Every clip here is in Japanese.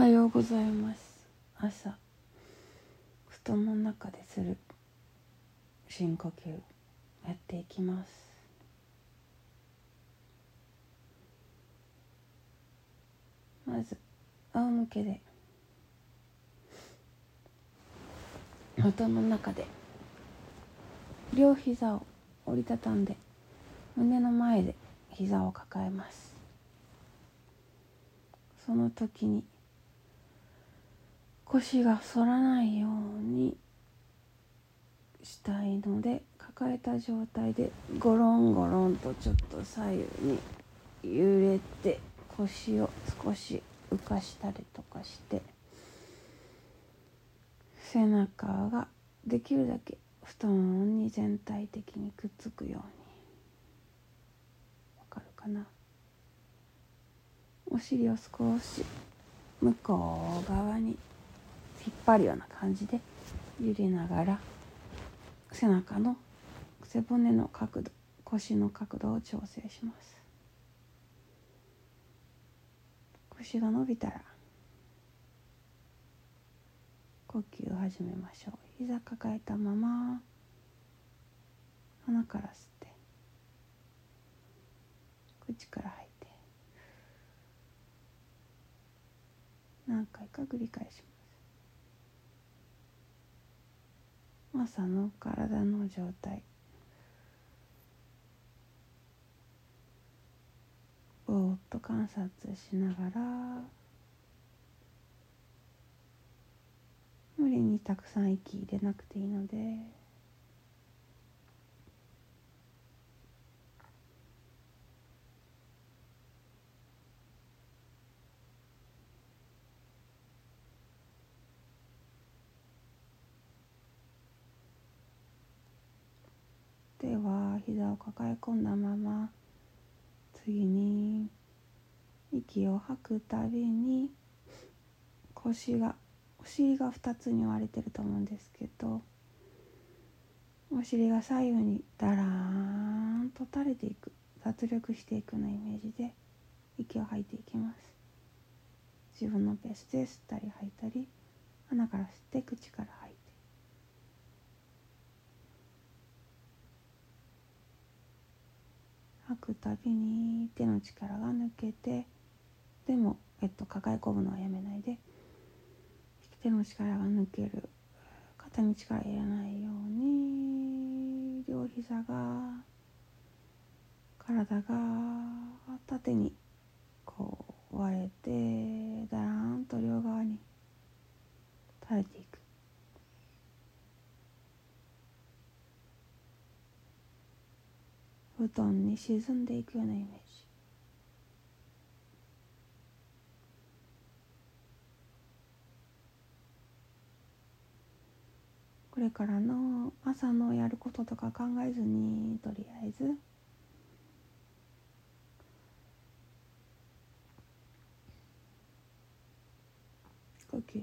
はようございます。朝布団の中でする深呼吸やっていきます。まず仰向けで布団の中で両膝を折りたたんで胸の前で膝を抱えます。その時に腰が反らないようにしたいので、抱えた状態でゴロンゴロンとちょっと左右に揺れて腰を少し浮かしたりとかして、背中ができるだけ布団に全体的にくっつくように。わかるかな？お尻を少し向こう側に引っ張るような感じで揺れながら、背中の背骨の角度、腰の角度を調整します。腰が伸びたら呼吸を始めましょう。膝抱えたまま鼻から吸って口から吐いて、何回か繰り返します。朝の体の状態、ぼーっと観察しながら、無理にたくさん息入れなくていいので、では膝を抱え込んだまま、次に息を吐くたびにお尻が2つに割れてると思うんですけど、お尻が左右にダラーンと垂れていく、脱力していくようなイメージで息を吐いていきます。自分のペースで吸ったり吐いたり、鼻から吸って口から吐いて、吐くたびに手の力が抜けて、でも、抱え込むのはやめないで、手の力が抜ける、肩に力入れないように、両膝が、体が縦にこう割れて、だらーんと両側に垂れていく。布団に沈んでいくようなイメージ。これからの朝のやることとか考えずに、とりあえず呼吸して、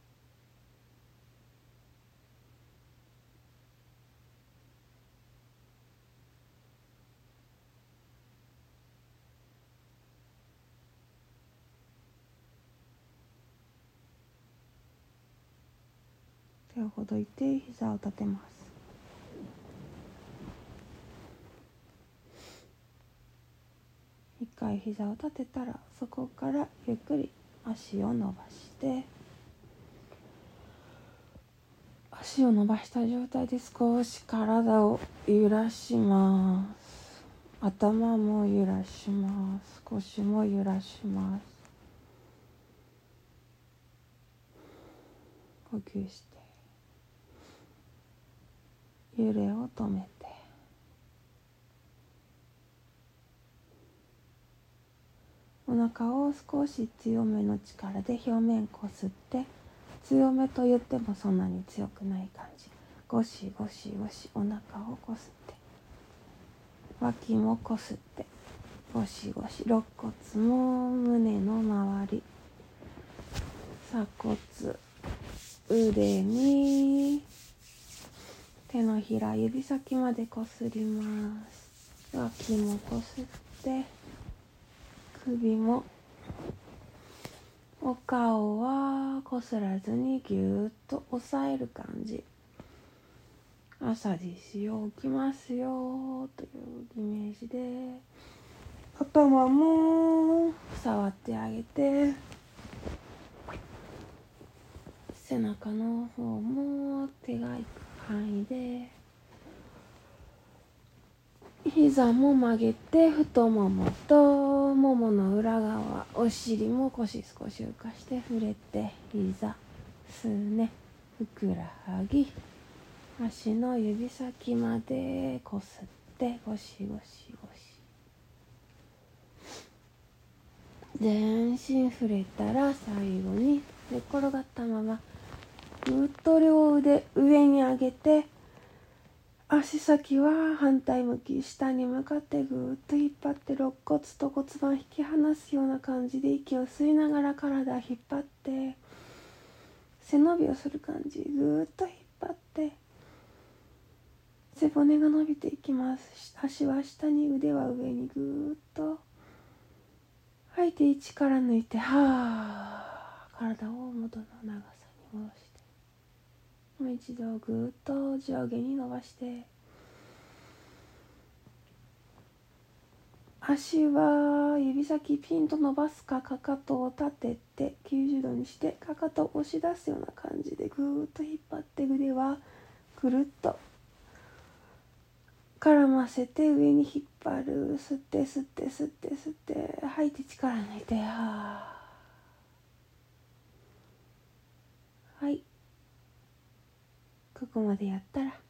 手をほどいて膝を立てます。一回膝を立てたら、そこからゆっくり足を伸ばして、足を伸ばした状態で少し体を揺らします。頭も揺らします。腰も揺らします。呼吸して、揺れを止めて、お腹を少し強めの力で表面こすって、強めと言ってもそんなに強くない感じ。ゴシゴシゴシお腹をこすって、脇もこすって、ゴシゴシ、肋骨も胸の周り、鎖骨、腕に手のひら、指先までこすります。脇もこすって、首もお顔はこすらずにぎゅーっと押さえる感じ。朝ですよ、起きますよというイメージで、頭も触ってあげて、背中の方も手が行く範囲で、膝も曲げて太ももとももの裏側、お尻も腰少し浮かして触れて、膝、すね、ふくらはぎ、足の指先までこすってゴシゴシゴシ。全身触れたら最後に寝っ転がったままぐっと両腕上に上げて、足先は反対向き下に向かってぐーっと引っ張って、肋骨と骨盤引き離すような感じで息を吸いながら体引っ張って背伸びをする感じ。ぐーっと引っ張って背骨が伸びていきます。足は下に腕は上にぐーっと吐いて1から抜いて、はー、体を元の長さに戻して、もう一度ぐーっと上下に伸ばして、足は指先ピンと伸ばすか、かかとを立てて90度にしてかかとを押し出すような感じでぐーっと引っ張って、腕はくるっと絡ませて上に引っ張る。吸って吸って吸って吸って吐いて力抜いて、はー、はい、ここまでやったら、は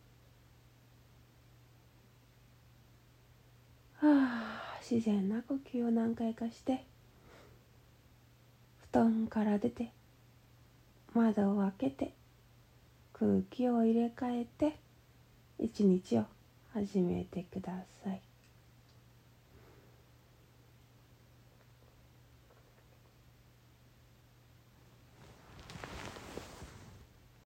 あ、自然な呼吸を何回かして、布団から出て窓を開けて空気を入れ替えて一日を始めてください。